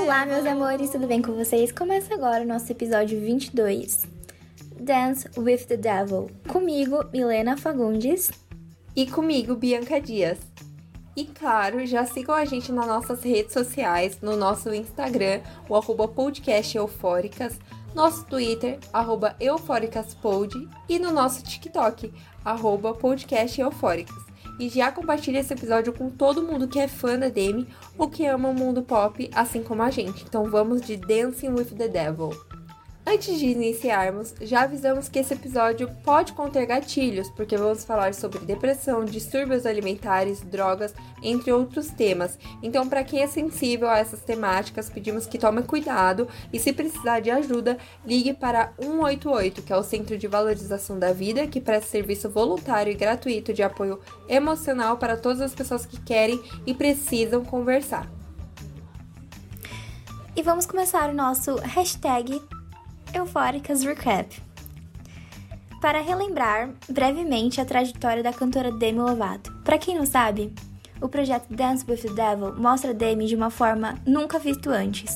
Olá, meus amores, tudo bem com vocês? Começa agora o nosso episódio 22, Dance with the Devil. Comigo, Milena Fagundes. E comigo, Bianca Dias. E claro, já sigam a gente nas nossas redes sociais, no nosso Instagram, o @podcasteufóricas, nosso Twitter, @eufóricaspod e no nosso TikTok, @podcasteufóricas. E já compartilha esse episódio com todo mundo que é fã da Demi ou que ama o mundo pop, assim como a gente. Então vamos de Dancing with the Devil. Antes de iniciarmos, já avisamos que esse episódio pode conter gatilhos, porque vamos falar sobre depressão, distúrbios alimentares, drogas, entre outros temas. Então, para quem é sensível a essas temáticas, pedimos que tome cuidado e, se precisar de ajuda, ligue para 188, que é o Centro de Valorização da Vida, que presta serviço voluntário e gratuito de apoio emocional para todas as pessoas que querem e precisam conversar. E vamos começar o nosso hashtag Eufóricas Recap. Para relembrar brevemente a trajetória da cantora Demi Lovato. Para quem não sabe, o projeto Dance with the Devil mostra Demi de uma forma nunca vista antes.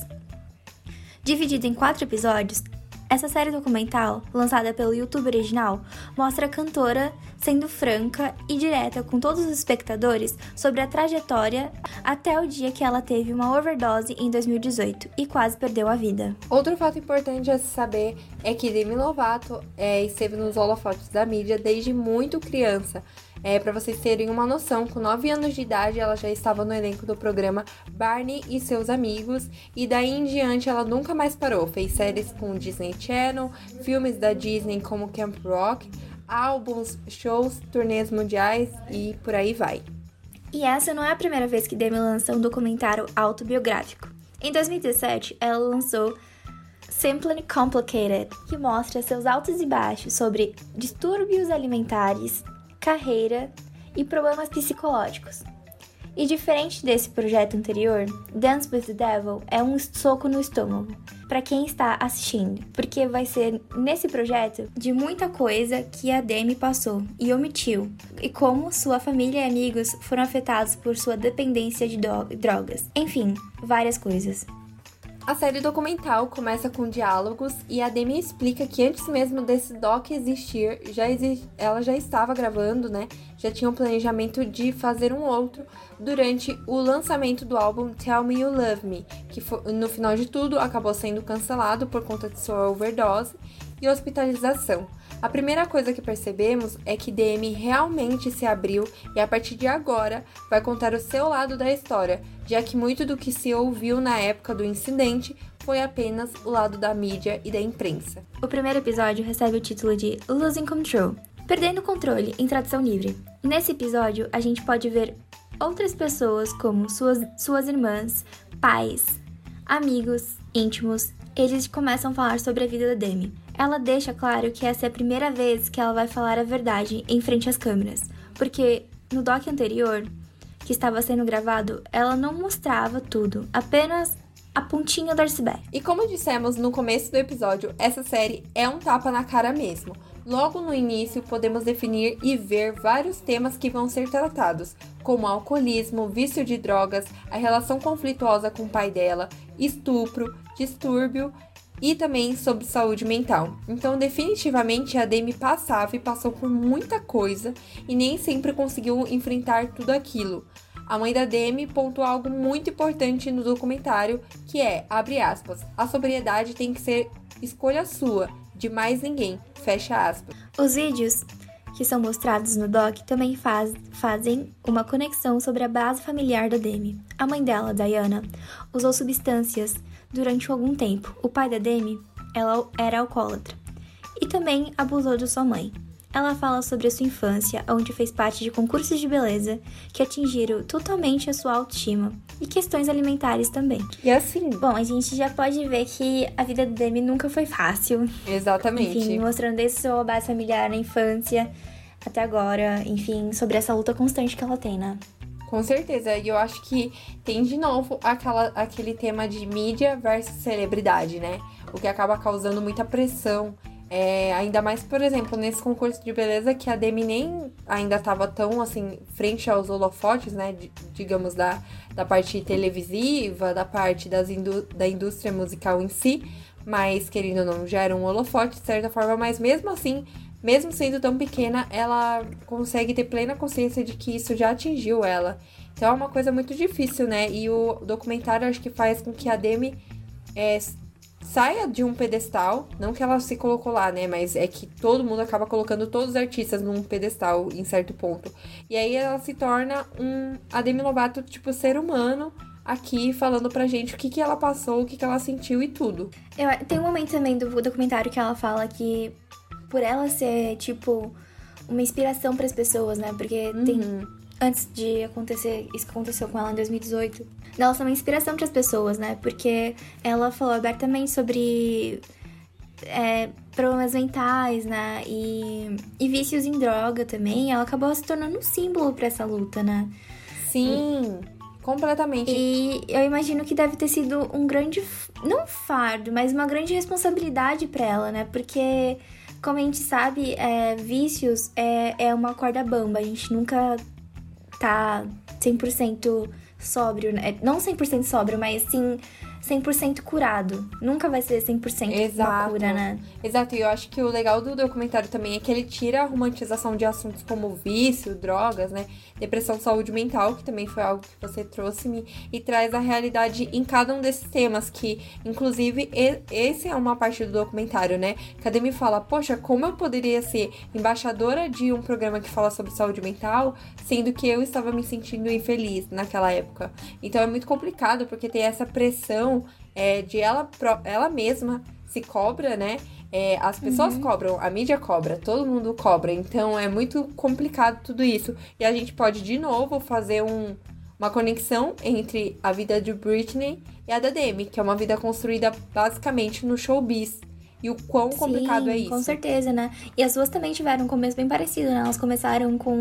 Dividido em 4 episódios, essa série documental, lançada pelo YouTube original, mostra a cantora sendo franca e direta com todos os espectadores sobre a trajetória até o dia que ela teve uma overdose em 2018 e quase perdeu a vida. Outro fato importante a se saber é que Demi Lovato esteve nos holofotes da mídia desde muito criança. Para vocês terem uma noção, com 9 anos de idade ela já estava no elenco do programa Barney e seus amigos, e daí em diante ela nunca mais parou. Fez séries com o Disney Channel, filmes da Disney como Camp Rock, álbuns, shows, turnês mundiais e por aí vai. E essa não é a primeira vez que Demi lança um documentário autobiográfico. Em 2017, ela lançou Simply Complicated, que mostra seus altos e baixos sobre distúrbios alimentares, carreira e problemas psicológicos. E diferente desse projeto anterior, Dance with the Devil é um soco no estômago para quem está assistindo, porque vai ser nesse projeto de muita coisa que a Demi passou e omitiu, e como sua família e amigos foram afetados por sua dependência de drogas. Enfim, várias coisas. A série documental começa com diálogos e a Demi explica que antes mesmo desse doc existir, ela já estava gravando, né? Já tinha um planejamento de fazer um outro durante o lançamento do álbum Tell Me You Love Me, que no final de tudo acabou sendo cancelado por conta de sua overdose e hospitalização. A primeira coisa que percebemos é que Demi realmente se abriu e a partir de agora vai contar o seu lado da história, já que muito do que se ouviu na época do incidente foi apenas o lado da mídia e da imprensa. O primeiro episódio recebe o título de Losing Control, Perdendo o Controle, em tradução livre. Nesse episódio, a gente pode ver outras pessoas como suas irmãs, pais, amigos íntimos. Eles começam a falar sobre a vida da Demi. Ela deixa claro que essa é a primeira vez que ela vai falar a verdade em frente às câmeras, porque no doc anterior, que estava sendo gravado, ela não mostrava tudo, apenas a pontinha do iceberg. E como dissemos no começo do episódio, essa série é um tapa na cara mesmo. Logo no início, podemos definir e ver vários temas que vão ser tratados, como alcoolismo, vício de drogas, a relação conflituosa com o pai dela, estupro, distúrbio e também sobre saúde mental. Então, definitivamente, a Demi passava e passou por muita coisa e nem sempre conseguiu enfrentar tudo aquilo. A mãe da Demi pontuou algo muito importante no documentário, que é, abre aspas, a sobriedade tem que ser escolha sua, de mais ninguém, fecha aspas. Os vídeos que são mostrados no doc também fazem uma conexão sobre a base familiar da Demi. A mãe dela, Diana, usou substâncias durante algum tempo. O pai da Demi, ela era alcoólatra e também abusou de sua mãe. Ela fala sobre a sua infância, onde fez parte de concursos de beleza que atingiram totalmente a sua autoestima e questões alimentares também. E assim... Bom, a gente já pode ver que a vida da Demi nunca foi fácil. Exatamente. Enfim, mostrando desde sua base familiar na infância até agora, enfim, sobre essa luta constante que ela tem, né? Com certeza, e eu acho que tem de novo aquele tema de mídia versus celebridade, né? O que acaba causando muita pressão Ainda mais, por exemplo, nesse concurso de beleza que a Demi nem ainda estava tão, assim, frente aos holofotes, né? Digamos, da parte televisiva, da parte da indústria musical em si. Mas, querendo ou não, já era um holofote, de certa forma. Mas mesmo assim, mesmo sendo tão pequena, ela consegue ter plena consciência de que isso já atingiu ela. Então é uma coisa muito difícil, né? E o documentário acho que faz com que a Demi saia de um pedestal, não que ela se colocou lá, né, mas é que todo mundo acaba colocando todos os artistas num pedestal em certo ponto. E aí ela se torna a Demi Lovato, tipo, ser humano, aqui falando pra gente o que ela passou, o que ela sentiu e tudo. Tem um momento também do documentário que ela fala que por ela ser, tipo, uma inspiração pras pessoas, né, porque antes de acontecer isso que aconteceu com ela em 2018, ela foi uma inspiração para as pessoas, né? Porque ela falou abertamente sobre problemas mentais, né? E vícios em droga também. Ela acabou se tornando um símbolo para essa luta, né? Sim, completamente. E eu imagino que deve ter sido um grande, não fardo, mas uma grande responsabilidade para ela, né? Porque, como a gente sabe, vícios é uma corda bamba. A gente nunca tá 100% sóbrio, né? Não 100% sóbrio, mas sim 100% curado. Nunca vai ser 100% uma cura, né? Exato, e eu acho que o legal do documentário também é que ele tira a romantização de assuntos como vício, drogas, né? Depressão, saúde mental, que também foi algo que você trouxe-me, e traz a realidade em cada um desses temas, que, inclusive, esse é uma parte do documentário, né? Cadê me fala, poxa, como eu poderia ser embaixadora de um programa que fala sobre saúde mental, sendo que eu estava me sentindo infeliz naquela época. Então é muito complicado, porque tem essa pressão de ela mesma se cobra, né? As pessoas cobram, a mídia cobra, todo mundo cobra. Então é muito complicado tudo isso. E a gente pode, de novo, fazer uma conexão entre a vida de Britney e a da Demi, que é uma vida construída basicamente no showbiz. E o quão complicado é isso. Com certeza, né? E as duas também tiveram um começo bem parecido, né? Elas começaram com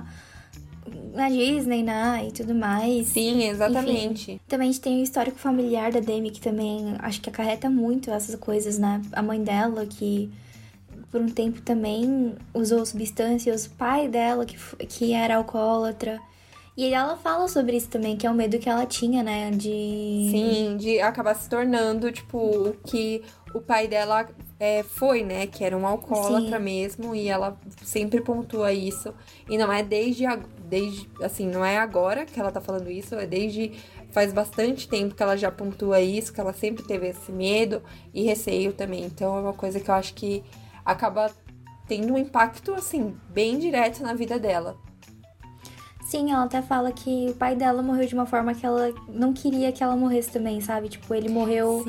na Disney, né, e tudo mais. Sim, exatamente. Enfim, também a gente tem o histórico familiar da Demi, que também acho que acarreta muito essas coisas, né? A mãe dela, que por um tempo também usou substâncias, o pai dela, que era alcoólatra. E ela fala sobre isso também, que é o medo que ela tinha, né, Sim, de acabar se tornando, tipo, o que o pai dela foi, né, que era um alcoólatra mesmo, e ela sempre pontua isso. E não é desde assim, não é agora que ela tá falando isso, é desde faz bastante tempo que ela já pontua isso, que ela sempre teve esse medo e receio também. Então é uma coisa que eu acho que acaba tendo um impacto, assim, bem direto na vida dela. Sim, ela até fala que o pai dela morreu de uma forma que ela não queria que ela morresse também, sabe? Tipo, ele morreu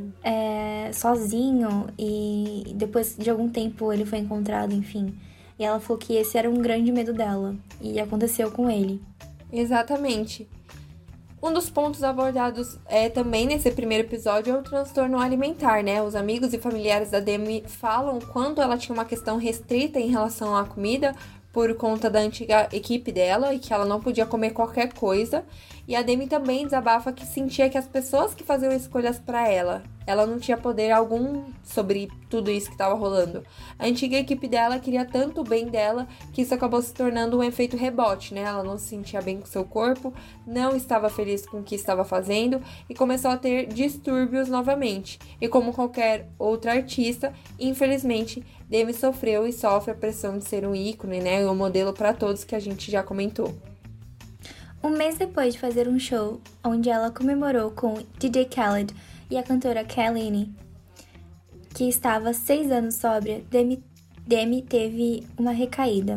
sozinho e depois de algum tempo ele foi encontrado, enfim. E ela falou que esse era um grande medo dela e aconteceu com ele. Exatamente. Um dos pontos abordados também nesse primeiro episódio é o transtorno alimentar, né? Os amigos e familiares da Demi falam quando ela tinha uma questão restrita em relação à comida, por conta da antiga equipe dela e que ela não podia comer qualquer coisa. E a Demi também desabafa que sentia que as pessoas que faziam escolhas para ela não tinha poder algum sobre tudo isso que estava rolando. A antiga equipe dela queria tanto o bem dela que isso acabou se tornando um efeito rebote, né? Ela não se sentia bem com seu corpo, não estava feliz com o que estava fazendo e começou a ter distúrbios novamente. E como qualquer outra artista, infelizmente, Demi sofreu e sofre a pressão de ser um ícone, né? Um modelo para todos que a gente já comentou. Um mês depois de fazer um show onde ela comemorou com DJ Khaled e a cantora Kellini, que estava 6 anos sóbria, Demi teve uma recaída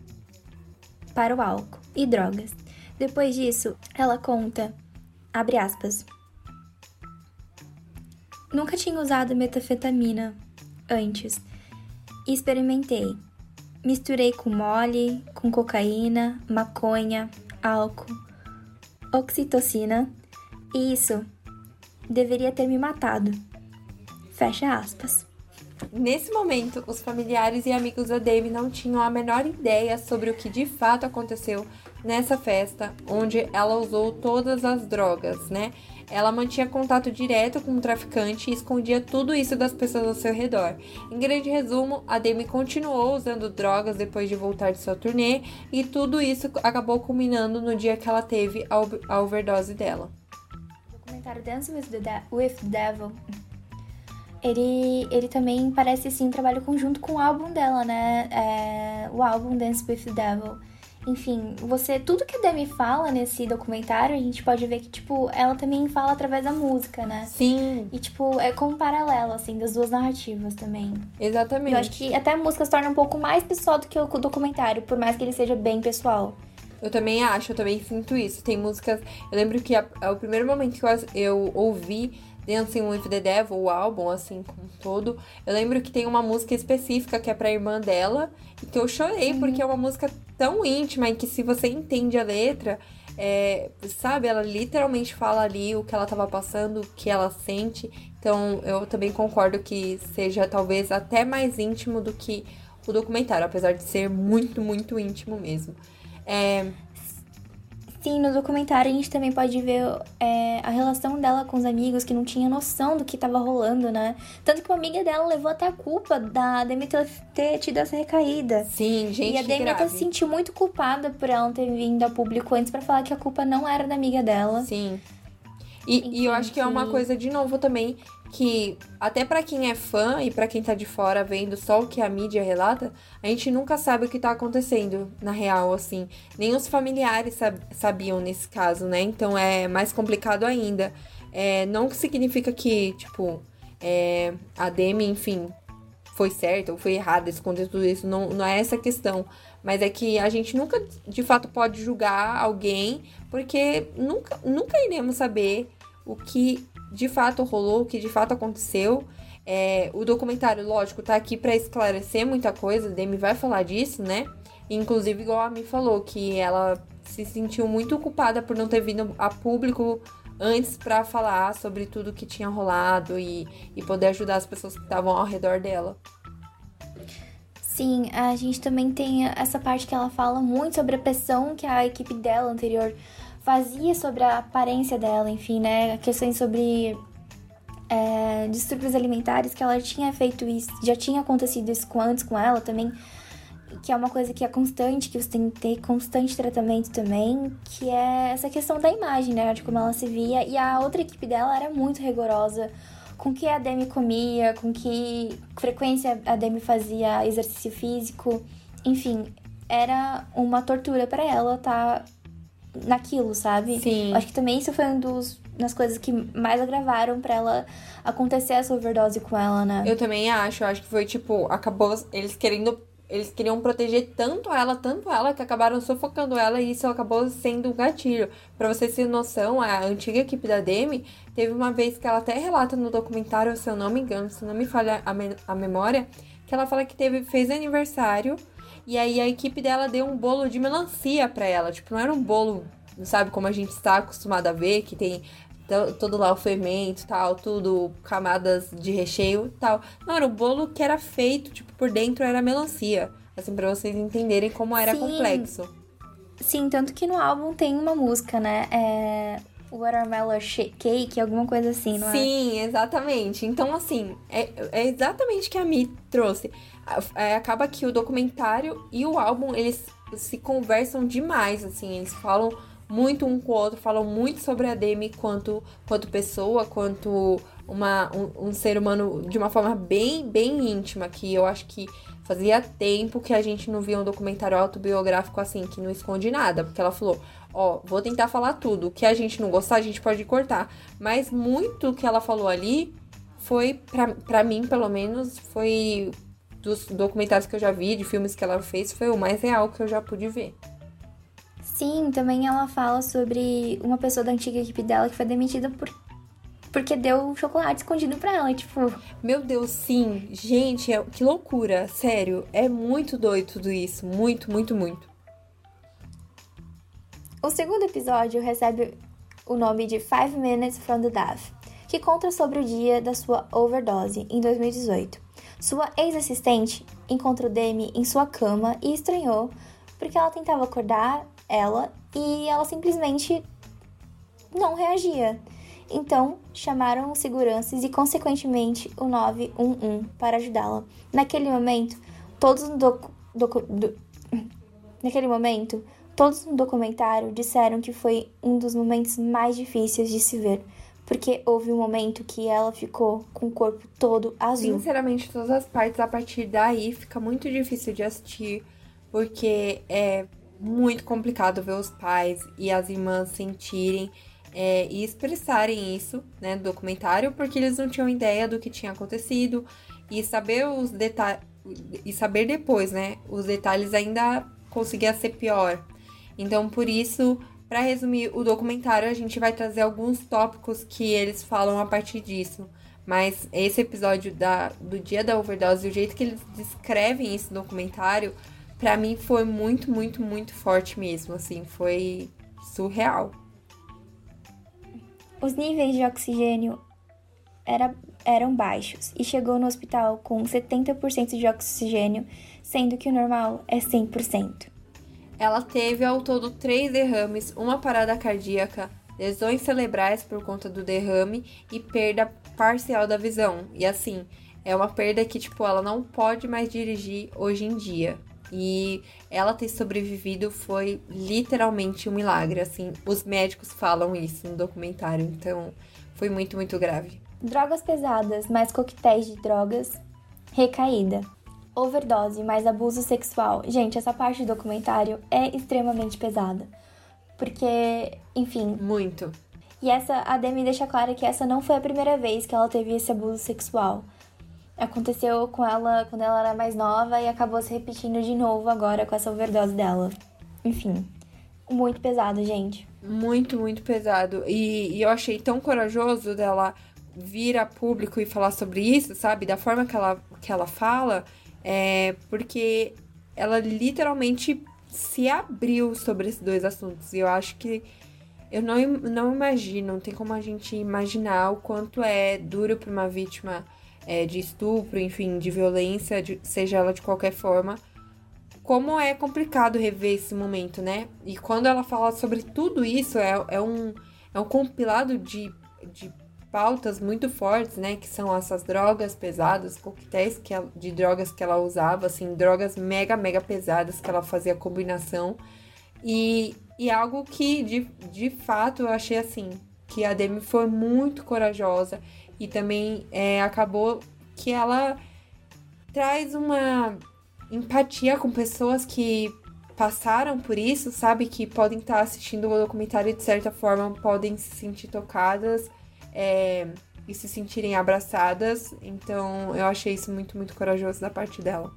para o álcool e drogas. Depois disso, ela conta, abre aspas, nunca tinha usado metanfetamina antes e experimentei. Misturei com mole, com cocaína, maconha, álcool, oxitocina, e isso deveria ter me matado. Fecha aspas. Nesse momento, os familiares e amigos da Demi não tinham a menor ideia sobre o que de fato aconteceu nessa festa, onde ela usou todas as drogas, né? ela mantinha contato direto com o traficante e escondia tudo isso das pessoas ao seu redor. Em grande resumo, a Demi continuou usando drogas depois de voltar de sua turnê e tudo isso acabou culminando no dia que ela teve a overdose dela. O documentário Dance with the Devil, ele também parece, assim, um trabalho conjunto com o álbum dela, né? O álbum Dance with the Devil. Enfim, tudo que a Demi fala nesse documentário, a gente pode ver que, tipo, ela também fala através da música, né? Sim. E, tipo, é como um paralelo, assim, das duas narrativas também. Exatamente. Eu acho que até a música se torna um pouco mais pessoal do que o documentário, por mais que ele seja bem pessoal. Eu também acho, eu também sinto isso. Tem músicas... Eu lembro que o primeiro momento que eu ouvi Dancing with the Devil, o álbum, assim, como um todo, eu lembro que tem uma música específica que é pra irmã dela, e que eu chorei, porque é uma música tão íntima, e que se você entende a letra, sabe, ela literalmente fala ali o que ela tava passando, o que ela sente. Então, eu também concordo que seja, talvez, até mais íntimo do que o documentário, apesar de ser muito, muito íntimo mesmo. Sim, no documentário a gente também pode ver a relação dela com os amigos que não tinha noção do que tava rolando, né? Tanto que uma amiga dela levou até a culpa da Demi ter tido essa recaída. Sim, gente, e a Demi até se sentiu muito culpada por ela não ter vindo a público antes pra falar que a culpa não era da amiga dela. Sim. E eu acho que é uma coisa, de novo, também, que até pra quem é fã e pra quem tá de fora vendo só o que a mídia relata, a gente nunca sabe o que tá acontecendo na real, assim. Nem os familiares sabiam nesse caso, né? Então é mais complicado ainda. Não significa que, tipo, a Demi, enfim, foi certa ou foi errada esconder tudo isso. Não é essa a questão. Mas é que a gente nunca, de fato, pode julgar alguém, porque nunca iremos saber o que de fato rolou, o que de fato aconteceu. O documentário, lógico, tá aqui pra esclarecer muita coisa. A Demi vai falar disso, né? Inclusive, igual a Mi falou, que ela se sentiu muito culpada por não ter vindo a público antes pra falar sobre tudo que tinha rolado e poder ajudar as pessoas que estavam ao redor dela. Sim, a gente também tem essa parte que ela fala muito sobre a pressão que a equipe dela anterior fazia sobre a aparência dela, enfim, né? Questões sobre distúrbios alimentares, que ela tinha feito isso, já tinha acontecido isso antes com ela também, que é uma coisa que é constante, que você tem que ter constante tratamento também, que é essa questão da imagem, né? De como ela se via. E a outra equipe dela era muito rigorosa com que a Demi comia, com que frequência a Demi fazia exercício físico. Enfim, era uma tortura pra ela estar naquilo, sabe? Sim. Acho que também isso foi das coisas que mais agravaram pra ela acontecer essa overdose com ela, né? Eu também acho que foi, tipo, acabou eles queriam proteger tanto ela, que acabaram sufocando ela e isso acabou sendo um gatilho. Pra você ter noção, a antiga equipe da Demi teve uma vez que ela até relata no documentário, se eu não me engano, se não me falha a memória, que ela fala que fez aniversário e aí a equipe dela deu um bolo de melancia pra ela. Tipo, não era um bolo, sabe, como a gente está acostumado a ver, que tem todo lá o fermento, tal, tudo, camadas de recheio, tal. Não, era um bolo que era feito, tipo, por dentro era melancia. Assim, pra vocês entenderem como era complexo. Sim, tanto que no álbum tem uma música, né? Watermelon Cake, alguma coisa assim, não é? Sim, exatamente. Então, assim, é exatamente o que a Mi trouxe. Acaba que o documentário e o álbum, eles se conversam demais, assim, eles falam muito um com o outro, falam muito sobre a Demi quanto pessoa, quanto um ser humano de uma forma bem, bem íntima, que eu acho que fazia tempo que a gente não via um documentário autobiográfico assim, que não esconde nada, porque ela falou, vou tentar falar tudo, o que a gente não gostar, a gente pode cortar, mas muito que ela falou ali foi, pra mim, pelo menos, foi dos documentários que eu já vi, de filmes que ela fez, foi o mais real que eu já pude ver. Sim, também ela fala sobre uma pessoa da antiga equipe dela que foi demitida porque deu chocolate escondido pra ela, tipo... Meu Deus, sim. Gente, que loucura. Sério, é muito doido tudo isso. Muito, muito, muito. O segundo episódio recebe o nome de 5 Minutes from the Death, que conta sobre o dia da sua overdose, em 2018. Sua ex-assistente encontrou Demi em sua cama e estranhou, porque ela tentava acordar ela e ela simplesmente não reagia. Então, chamaram os seguranças e, consequentemente, o 911 para ajudá-la. Naquele momento, todos no documentário disseram que foi um dos momentos mais difíceis de se ver, porque houve um momento que ela ficou com o corpo todo azul. Sinceramente, todas as partes a partir daí fica muito difícil de assistir, porque é muito complicado ver os pais e as irmãs sentirem e expressarem isso, né, no documentário, porque eles não tinham ideia do que tinha acontecido e saber os detalhes e saber depois, né, os detalhes ainda conseguia ser pior. Então, por isso, para resumir o documentário, a gente vai trazer alguns tópicos que eles falam a partir disso. Mas esse episódio do dia da overdose, o jeito que eles descrevem esse documentário, pra mim foi muito, muito, muito forte mesmo, assim, foi surreal. Os níveis de oxigênio eram baixos e chegou no hospital com 70% de oxigênio, sendo que o normal é 100%. Ela teve ao todo 3 derrames, uma parada cardíaca, lesões cerebrais por conta do derrame e perda parcial da visão. E assim, é uma perda que, tipo, ela não pode mais dirigir hoje em dia. E ela ter sobrevivido foi literalmente um milagre, assim. Os médicos falam isso no documentário, então foi muito, muito grave. Drogas pesadas mais coquetéis de drogas, recaída. Overdose mais abuso sexual. Gente, essa parte do documentário é extremamente pesada. Porque, enfim... Muito. E a Demi deixa claro que essa não foi a primeira vez que ela teve esse abuso sexual. Aconteceu com ela quando ela era mais nova e acabou se repetindo de novo agora com essa overdose dela. Enfim, muito pesado, gente. Muito, muito pesado. E eu achei tão corajoso dela vir a público e falar sobre isso, sabe? Da forma que ela fala, porque ela literalmente se abriu sobre esses dois assuntos. E eu acho que eu não imagino, não tem como a gente imaginar o quanto é duro para uma vítima de estupro, enfim, de violência, seja ela de qualquer forma, como é complicado rever esse momento, né? E quando ela fala sobre tudo isso, é um compilado de pautas muito fortes, né? Que são essas drogas pesadas, coquetéis de drogas que ela usava, assim, drogas mega, mega pesadas que ela fazia combinação. E algo que, de fato, eu achei, assim, que a Demi foi muito corajosa e também acabou que ela traz uma empatia com pessoas que passaram por isso, sabe? Que podem estar assistindo o documentário e, de certa forma, podem se sentir tocadas e se sentirem abraçadas. Então, eu achei isso muito, muito corajoso da parte dela.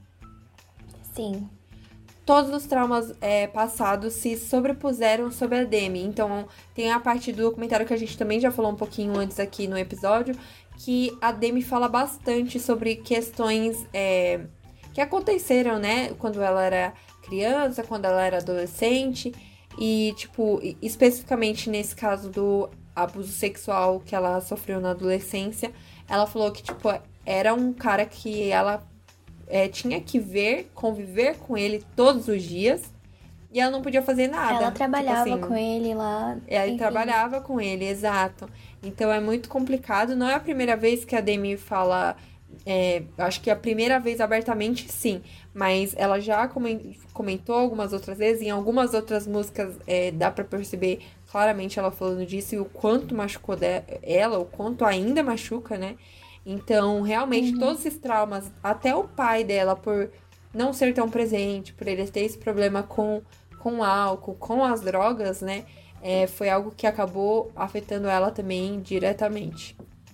Sim. Todos os traumas passados se sobrepuseram sobre a Demi. Então, tem a parte do documentário que a gente também já falou um pouquinho antes aqui no episódio, que a Demi fala bastante sobre questões que aconteceram, né? Quando ela era criança, quando ela era adolescente. E, tipo, especificamente nesse caso do abuso sexual que ela sofreu na adolescência, ela falou que, tipo, era um cara que ela tinha que conviver com ele todos os dias e ela não podia fazer nada. Ela trabalhava tipo assim, com ele lá. Ela trabalhava com ele, exato. Então é muito complicado. Não é a primeira vez que a Demi fala. Acho que a primeira vez abertamente, sim. Mas ela já comentou algumas outras vezes. Em algumas outras músicas dá pra perceber claramente ela falando disso e o quanto machucou ela, o quanto ainda machuca, né? Então, realmente, todos esses traumas, até o pai dela, por não ser tão presente, por ele ter esse problema com o álcool, com as drogas, né? Foi algo que acabou afetando ela também diretamente.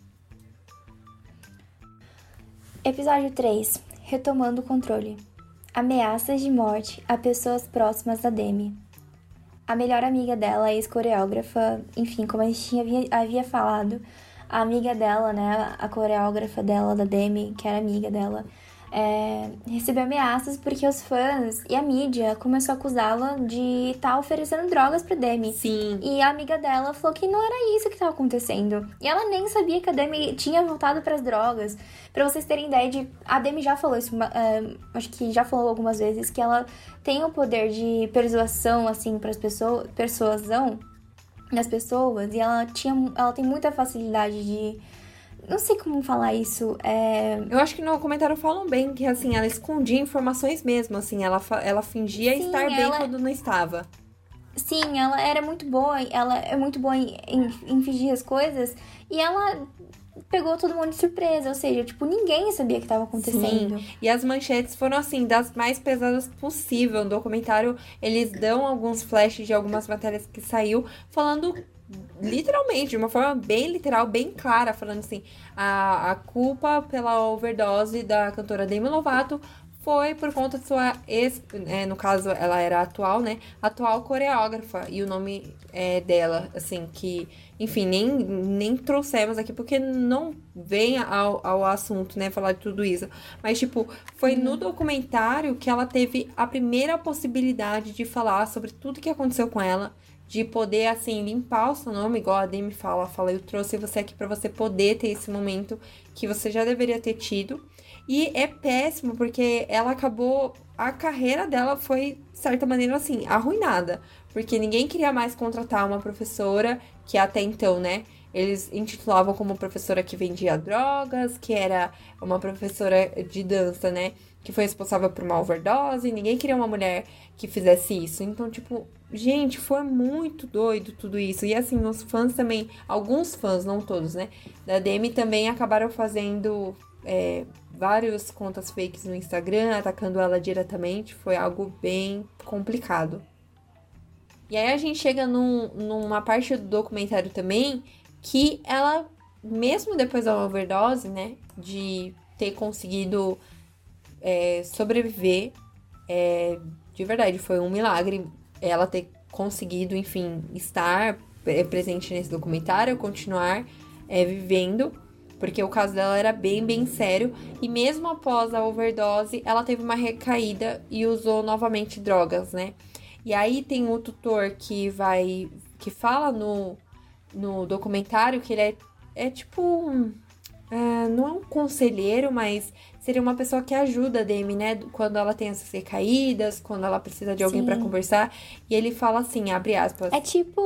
Episódio 3. Retomando o controle. Ameaças de morte a pessoas próximas da Demi. A melhor amiga dela, a ex-coreógrafa, enfim, como a gente havia falado, a amiga dela, né, a coreógrafa dela, da Demi, que era amiga dela, recebeu ameaças porque os fãs e a mídia começou a acusá-la de estar oferecendo drogas pra Demi. Sim. E a amiga dela falou que não era isso que estava acontecendo. E ela nem sabia que a Demi tinha voltado pras drogas. Pra vocês terem ideia a Demi já falou isso, acho que já falou algumas vezes, que ela tem o poder de persuasão, assim, pras pessoas, nas pessoas e ela tem muita facilidade de... Não sei como falar isso. Eu acho que no comentário falam bem que, assim, ela escondia informações mesmo, assim. Ela fingia Sim, estar bem quando não estava. Sim, ela era muito boa. Ela é muito boa em fingir as coisas. E ela pegou todo mundo de surpresa. Ou seja, tipo, ninguém sabia o que estava acontecendo. Sim, e as manchetes foram, assim, das mais pesadas possível. No documentário, eles dão alguns flashes de algumas matérias que saiu, falando literalmente, de uma forma bem literal, bem clara, falando assim, a culpa pela overdose da cantora Demi Lovato foi por conta de sua ex, no caso, ela era atual, né? Atual coreógrafa. E o nome dela, assim, que, enfim, nem trouxemos aqui, porque não vem ao assunto, né? Falar de tudo isso. Mas, tipo, foi no documentário que ela teve a primeira possibilidade de falar sobre tudo que aconteceu com ela. De poder, assim, limpar o seu nome, igual a Demi fala, eu trouxe você aqui pra você poder ter esse momento que você já deveria ter tido. E é péssimo, porque ela acabou... A carreira dela foi, de certa maneira, assim, arruinada. Porque ninguém queria mais contratar uma professora que até então, né? Eles intitulavam como professora que vendia drogas, que era uma professora de dança, né? Que foi responsável por uma overdose. Ninguém queria uma mulher que fizesse isso. Então, tipo, gente, foi muito doido tudo isso. E assim, os fãs também, alguns fãs, não todos, né? Da Demi também acabaram fazendo várias contas fakes no Instagram, atacando ela diretamente. Foi algo bem complicado. E aí a gente chega numa parte do documentário também que ela, mesmo depois da overdose, né, de ter conseguido sobreviver, de verdade, foi um milagre ela ter conseguido, enfim, estar presente nesse documentário, continuar vivendo, porque o caso dela era bem, bem sério. E mesmo após a overdose, ela teve uma recaída e usou novamente drogas, né? E aí tem o tutor que fala no documentário que ele é tipo não é um conselheiro, mas seria uma pessoa que ajuda a Demi, né? Quando ela tem essas recaídas, quando ela precisa de alguém pra conversar. E ele fala assim, abre aspas. É tipo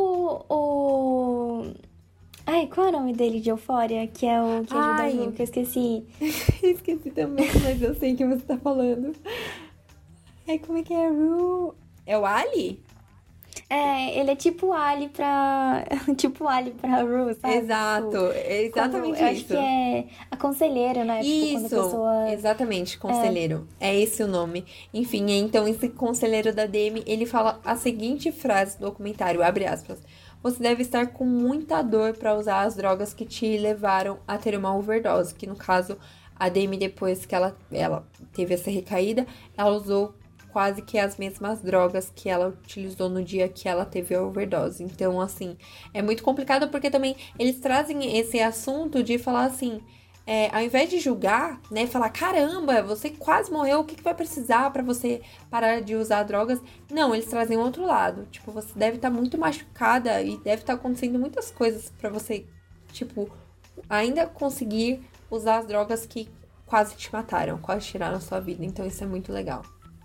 o... Ai, qual é o nome dele de Euphoria? Que é o que ajuda a Ju, que eu esqueci. Esqueci também, mas eu sei que você tá falando. Como é que é, Ru? É o Ali? Ele é tipo o Ali pra... tipo o Ali pra Ru, sabe? Exato, é exatamente isso. Eu acho que é a conselheira, né? Isso, tipo, quando a pessoa... exatamente, conselheiro. É esse o nome. Enfim, então esse conselheiro da Demi, ele fala a seguinte frase do documentário, abre aspas. Você deve estar com muita dor para usar as drogas que te levaram a ter uma overdose. Que no caso, a Demi, depois que ela teve essa recaída, ela usou quase que as mesmas drogas que ela utilizou no dia que ela teve a overdose. Então, assim, é muito complicado porque também eles trazem esse assunto de falar assim, ao invés de julgar, né, falar, caramba, você quase morreu, o que vai precisar pra você parar de usar drogas? Não, eles trazem o outro lado. Tipo, você deve estar muito machucada e deve estar acontecendo muitas coisas pra você, tipo, ainda conseguir usar as drogas que quase te mataram, quase tiraram a sua vida. Então, isso é muito legal.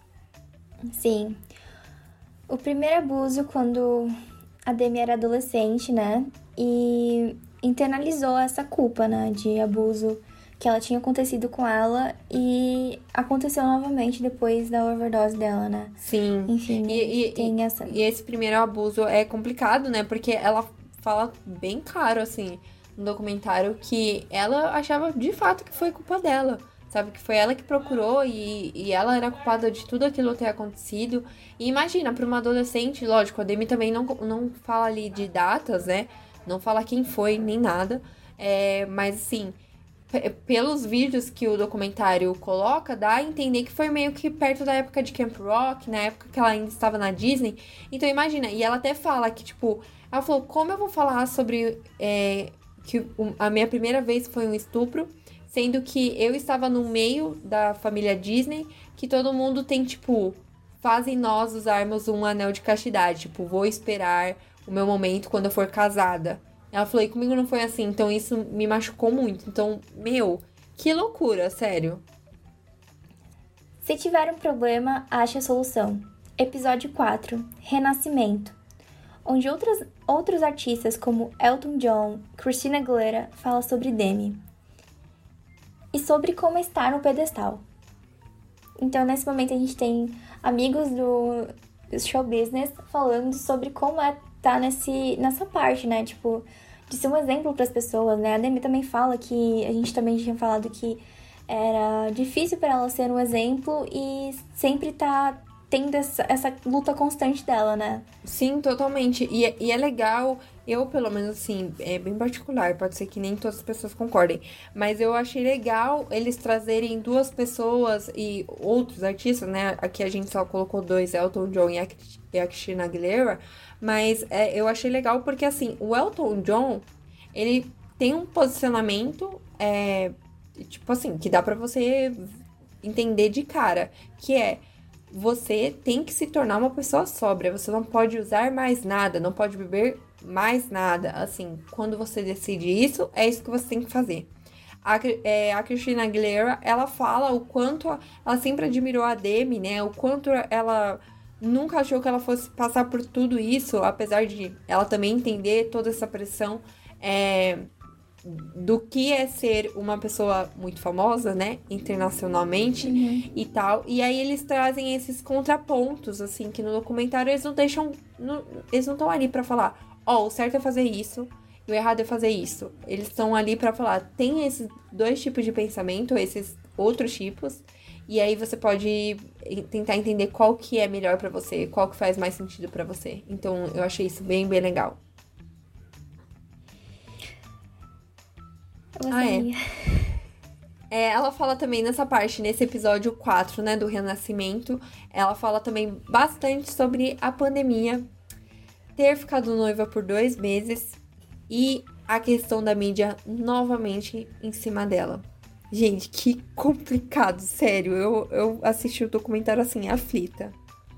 Sim. O primeiro abuso, quando a Demi era adolescente, né? E internalizou essa culpa, né? De abuso que ela tinha acontecido com ela e aconteceu novamente depois da overdose dela, né? Sim. Enfim, tem essa... E esse primeiro abuso é complicado, né? Porque ela fala bem claro, assim, no documentário, que ela achava de fato que foi culpa dela. Sabe, que foi ela que procurou e ela era culpada de tudo aquilo ter acontecido. E imagina, para uma adolescente, lógico, a Demi também não fala ali de datas, né? Não fala quem foi, nem nada. Mas, assim, pelos vídeos que o documentário coloca, dá a entender que foi meio que perto da época de Camp Rock, na época que ela ainda estava na Disney. Então, imagina, e ela até fala que, tipo, ela falou, como eu vou falar sobre que a minha primeira vez foi um estupro, sendo que eu estava no meio da família Disney, que todo mundo tem, tipo, fazem nós usarmos um anel de castidade. Tipo, vou esperar o meu momento quando eu for casada. Ela falou, e comigo não foi assim, então isso me machucou muito. Então, que loucura, sério. Se tiver um problema, ache a solução. Episódio 4. Renascimento. onde outros artistas como Elton John, Christina Aguilera falam sobre Demi e sobre como estar no pedestal. Então, nesse momento, a gente tem amigos do show business falando sobre como é estar nessa parte, né? Tipo, de ser um exemplo para as pessoas, né? A Demi também fala que a gente também tinha falado que era difícil para ela ser um exemplo e sempre tá tendo essa luta constante dela, né? Sim, totalmente. E é legal, eu pelo menos assim, é bem particular, pode ser que nem todas as pessoas concordem, mas eu achei legal eles trazerem duas pessoas e outros artistas, né? Aqui a gente só colocou dois, Elton John e a Christina Aguilera, mas eu achei legal porque assim, o Elton John, ele tem um posicionamento, tipo assim, que dá pra você entender de cara, que é: você tem que se tornar uma pessoa sóbria, você não pode usar mais nada, não pode beber mais nada. Assim, quando você decide isso, é isso que você tem que fazer. A Christina Aguilera, ela fala o quanto ela sempre admirou a Demi, né? O quanto ela nunca achou que ela fosse passar por tudo isso, apesar de ela também entender toda essa pressão do que é ser uma pessoa muito famosa, né, internacionalmente e tal. E aí eles trazem esses contrapontos, assim, que no documentário eles não deixam, eles não estão ali pra falar, o certo é fazer isso e o errado é fazer isso. Eles estão ali pra falar, tem esses dois tipos de pensamento, esses outros tipos, e aí você pode tentar entender qual que é melhor pra você, qual que faz mais sentido pra você. Então eu achei isso bem, bem legal. Ela fala também nessa parte, nesse episódio 4, né, do Renascimento, ela fala também bastante sobre a pandemia, ter ficado noiva por 2 meses e a questão da mídia novamente em cima dela. Gente, que complicado, sério, eu assisti o documentário assim, aflita.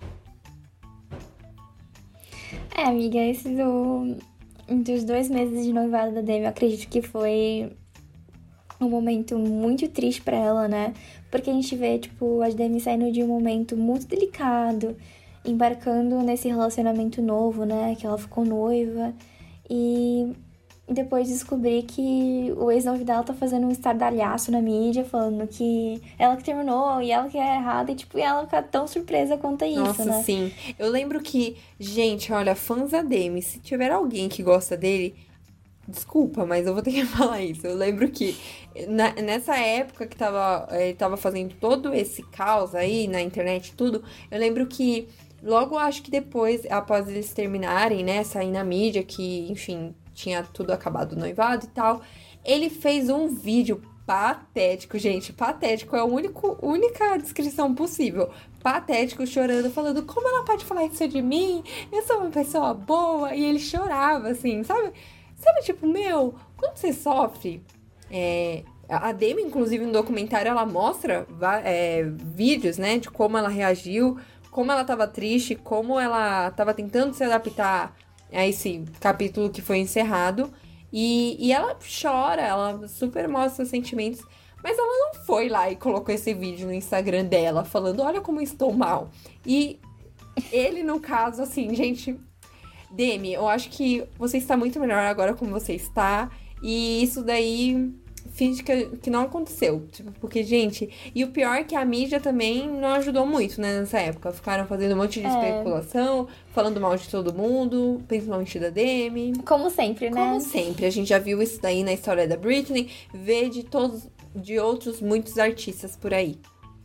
Amiga, dos 2 meses de noivado da Demi, eu acredito que foi um momento muito triste pra ela, né? Porque a gente vê, tipo, a Demi saindo de um momento muito delicado, embarcando nesse relacionamento novo, né? Que ela ficou noiva. E depois descobrir que o ex-noivo dela tá fazendo um estardalhaço na mídia, falando que ela que terminou e ela que é errada. E, tipo, ela fica tão surpresa quanto a isso, Nossa, né? sim. Eu lembro que, gente, olha, fãs da Demi, se tiver alguém que gosta dele, desculpa, mas eu vou ter que falar isso. Eu lembro que nessa época que ele tava fazendo todo esse caos aí na internet e tudo, eu lembro que logo, acho que depois, após eles terminarem, né, sair na mídia, que, enfim, tinha tudo acabado o noivado e tal, ele fez um vídeo patético, gente, patético, é a única descrição possível. Patético, chorando, falando, como ela pode falar isso de mim? Eu sou uma pessoa boa. E ele chorava, assim, sabe? Sabe, tipo, meu, quando você sofre, a Demi, inclusive, no documentário, ela mostra vídeos, né, de como ela reagiu, como ela tava triste, como ela tava tentando se adaptar a esse capítulo que foi encerrado. E ela chora, ela super mostra os sentimentos, mas ela não foi lá e colocou esse vídeo no Instagram dela, falando, olha como eu estou mal. E ele, no caso, assim, gente... Demi, eu acho que você está muito melhor agora como você está. E isso daí finge que não aconteceu. Tipo, porque, gente... E o pior é que a mídia também não ajudou muito, né, nessa época. Ficaram fazendo um monte de especulação, falando mal de todo mundo, principalmente da Demi. Como sempre, né? Como sempre. A gente já viu isso daí na história da Britney. Vê de outros muitos artistas por aí.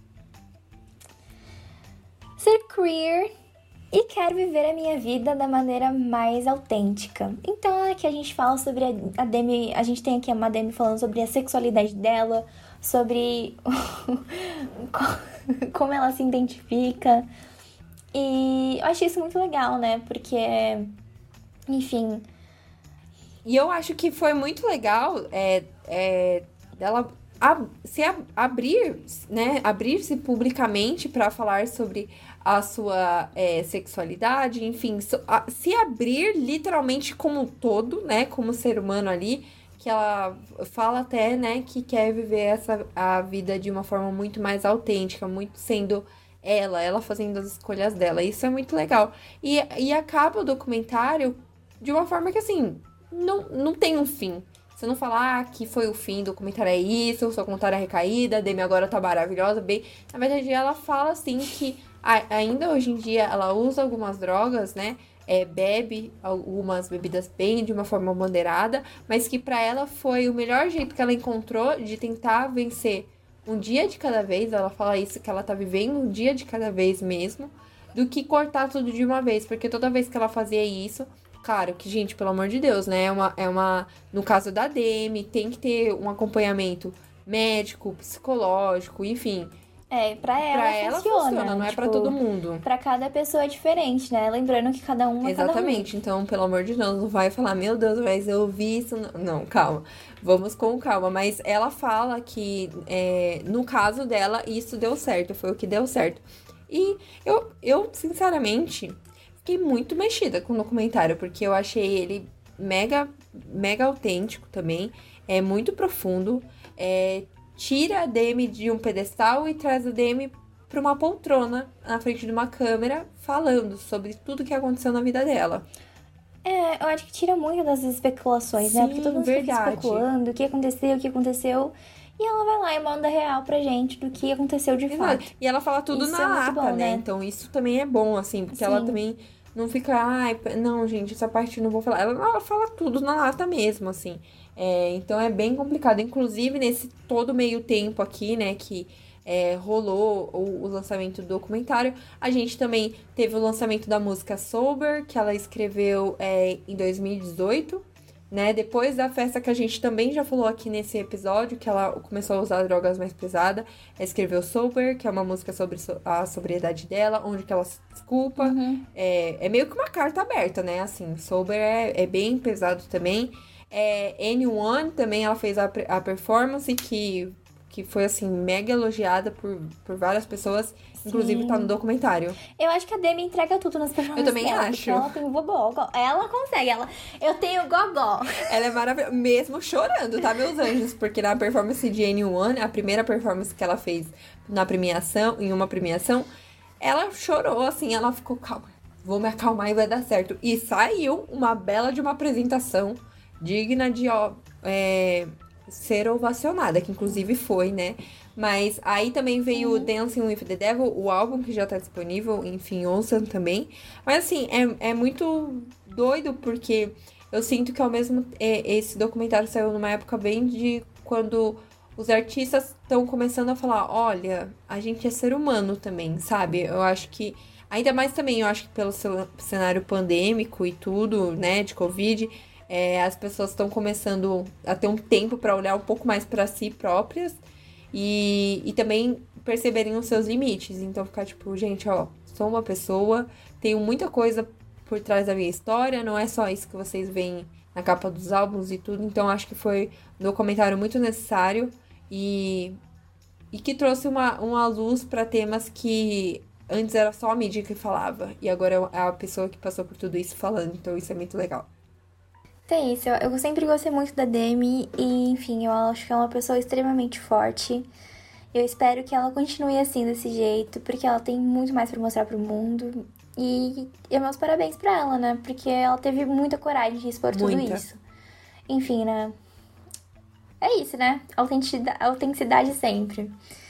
Ser queer... E quero viver a minha vida da maneira mais autêntica. Então, aqui a gente fala sobre a Demi... A gente tem aqui uma Demi falando sobre a sexualidade dela, sobre como ela se identifica. E eu achei isso muito legal, né? Porque, enfim... E eu acho que foi muito legal ela abrir, né? Abrir-se publicamente para falar sobre a sua sexualidade, enfim, se abrir literalmente como um todo, né, como ser humano ali, que ela fala até, né, que quer viver a vida de uma forma muito mais autêntica, muito sendo ela fazendo as escolhas dela. Isso é muito legal. E acaba o documentário de uma forma que, assim, não tem um fim. Você não fala, que foi o fim, o documentário é isso, sua contar é recaída, a Demi agora tá maravilhosa, bem. Na verdade, ela fala, assim, que ainda hoje em dia ela usa algumas drogas, né? Bebe algumas bebidas bem de uma forma moderada, mas que pra ela foi o melhor jeito que ela encontrou de tentar vencer um dia de cada vez. Ela fala isso, que ela tá vivendo um dia de cada vez mesmo, do que cortar tudo de uma vez, porque toda vez que ela fazia isso, claro que, gente, pelo amor de Deus, né, no caso da Demi, tem que ter um acompanhamento médico, psicológico, enfim. Pra ela funciona, não é pra todo mundo. Pra cada pessoa é diferente, né? Lembrando que cada um é Exatamente. Cada um. Então, pelo amor de Deus, não vai falar, meu Deus, mas eu vi isso. Não, calma. Vamos com calma. Mas ela fala que, no caso dela, isso deu certo. Foi o que deu certo. E eu sinceramente, fiquei muito mexida com o documentário, porque eu achei ele mega, mega autêntico também. É muito profundo. Tira a Demi de um pedestal e traz a Demi para uma poltrona na frente de uma câmera, falando sobre tudo que aconteceu na vida dela. Eu acho que tira muito das especulações, né? Porque todo mundo fica especulando o que aconteceu. E ela vai lá e manda real pra gente do que aconteceu de fato. E ela fala tudo isso na lata, bom, né? Então isso também é bom, assim, porque ela também não fica, não, gente, essa parte eu não vou falar. Ela fala tudo na lata mesmo, assim. Então é bem complicado. Inclusive, nesse todo meio tempo aqui, né, que rolou o lançamento do documentário, a gente também teve o lançamento da música Sober, que ela escreveu em 2018, né? Depois da festa que a gente também já falou aqui nesse episódio, que ela começou a usar drogas mais pesadas, ela escreveu Sober, que é uma música sobre a sobriedade dela, onde que ela se desculpa. Uhum. É meio que uma carta aberta, né? Assim, Sober é bem pesado também. Anyone também, ela fez a performance que foi, assim, mega elogiada por várias pessoas. Inclusive, tá no documentário. Eu acho que a Demi entrega tudo nas performances Eu também dela, acho. Ela tem o gogó. Ela consegue. Eu tenho gogó. Ela é maravilhosa, mesmo chorando, tá, meus anjos? Porque na performance de Anyone, a primeira performance que ela fez em uma premiação, ela chorou, assim, ela ficou, calma, vou me acalmar e vai dar certo. E saiu uma bela de uma apresentação digna de ser ovacionada, que inclusive foi, né? Mas aí também veio Dancing with the Devil, o álbum que já tá disponível, enfim, ouçam também. Mas assim, é muito doido, porque eu sinto que ao mesmo esse documentário saiu numa época bem de quando os artistas estão começando a falar, olha, a gente é ser humano também, sabe? Eu acho que, ainda mais também, eu acho que pelo cenário pandêmico e tudo, né, de Covid, as pessoas estão começando a ter um tempo para olhar um pouco mais para si próprias e também perceberem os seus limites. Então ficar tipo, gente, sou uma pessoa, tenho muita coisa por trás da minha história, não é só isso que vocês veem na capa dos álbuns e tudo. Então acho que foi um documentário muito necessário e que trouxe uma luz para temas que antes era só a mídia que falava e agora é a pessoa que passou por tudo isso falando. Então isso é muito legal. Tem isso, eu sempre gostei muito da Demi e, enfim, eu acho que é uma pessoa extremamente forte. Eu espero que ela continue assim, desse jeito, porque ela tem muito mais pra mostrar pro mundo. E meus parabéns pra ela, né? Porque ela teve muita coragem de expor tudo isso. Enfim, né? É isso, né? Autenticidade sempre.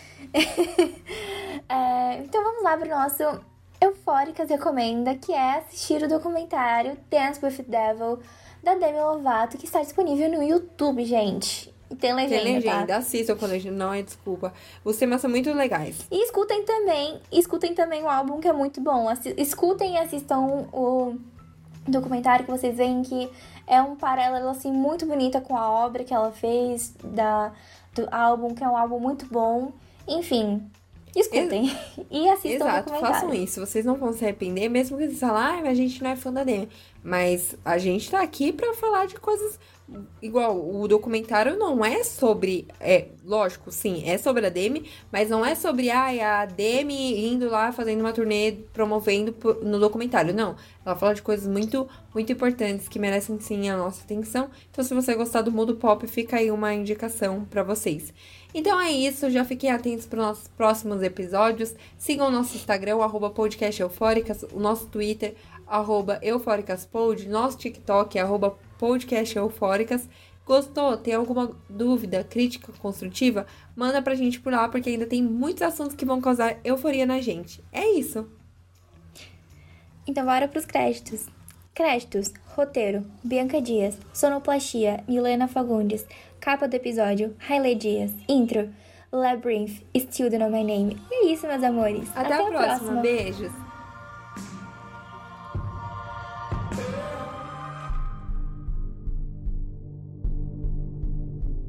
Então vamos lá pro nosso Eufóricas Recomenda, que é assistir o documentário Dance with the Devil, da Demi Lovato, que está disponível no YouTube, gente. E tem legenda, Tem legenda, tá? assistam com legenda, não é desculpa. Os temas são muito legais. E escutem também o álbum, que é muito bom. Escutem e assistam o documentário, que vocês veem que é um paralelo, assim, muito bonito com a obra que ela fez do álbum, que é um álbum muito bom. Enfim, escutem e assistam o documentário. Façam isso, vocês não vão se arrepender, mesmo que vocês falem, a gente não é fã da Demi. Mas a gente tá aqui pra falar de coisas igual, o documentário não é sobre, lógico, sim, é sobre a Demi, mas não é sobre a Demi indo lá fazendo uma turnê, promovendo no documentário, não. Ela fala de coisas muito, muito importantes que merecem, sim, a nossa atenção. Então, se você gostar do mundo pop, fica aí uma indicação pra vocês. Então é isso, já fiquem atentos para os nossos próximos episódios. Sigam o nosso Instagram, o @podcasteufóricas, o nosso Twitter, @eufóricaspod, nosso TikTok, @podcasteufóricas. Gostou? Tem alguma dúvida, crítica construtiva? Manda pra gente por lá, porque ainda tem muitos assuntos que vão causar euforia na gente. É isso! Então bora pros créditos. Créditos, roteiro, Bianca Dias, sonoplastia, Milena Fagundes, capa do episódio, Hailey Dias, intro, Labyrinth, Still Don't Know My Name. E é isso, meus amores. Até a próxima. Beijos!